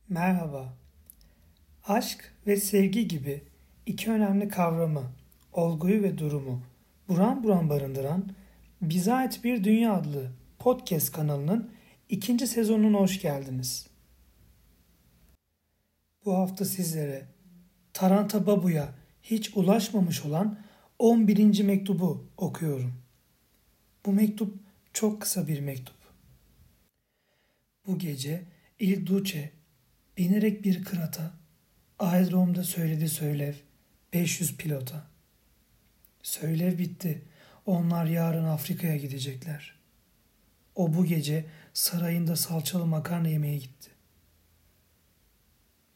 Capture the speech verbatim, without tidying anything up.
Merhaba. Aşk ve sevgi gibi iki önemli kavramı, olguyu ve durumu buram buram barındıran Bize Ait Bir Dünya adlı podcast kanalının ikinci sezonuna hoş geldiniz. Bu hafta sizlere Taranta Babu'ya hiç ulaşmamış olan on birinci mektubu okuyorum. Bu mektup çok kısa bir mektup. Bu gece Il Duce binerek bir kırata, aerodromda söyledi söylev, beş yüz pilota. Söylev bitti. Onlar yarın Afrika'ya gidecekler. O bu gece sarayında salçalı makarna yemeye gitti.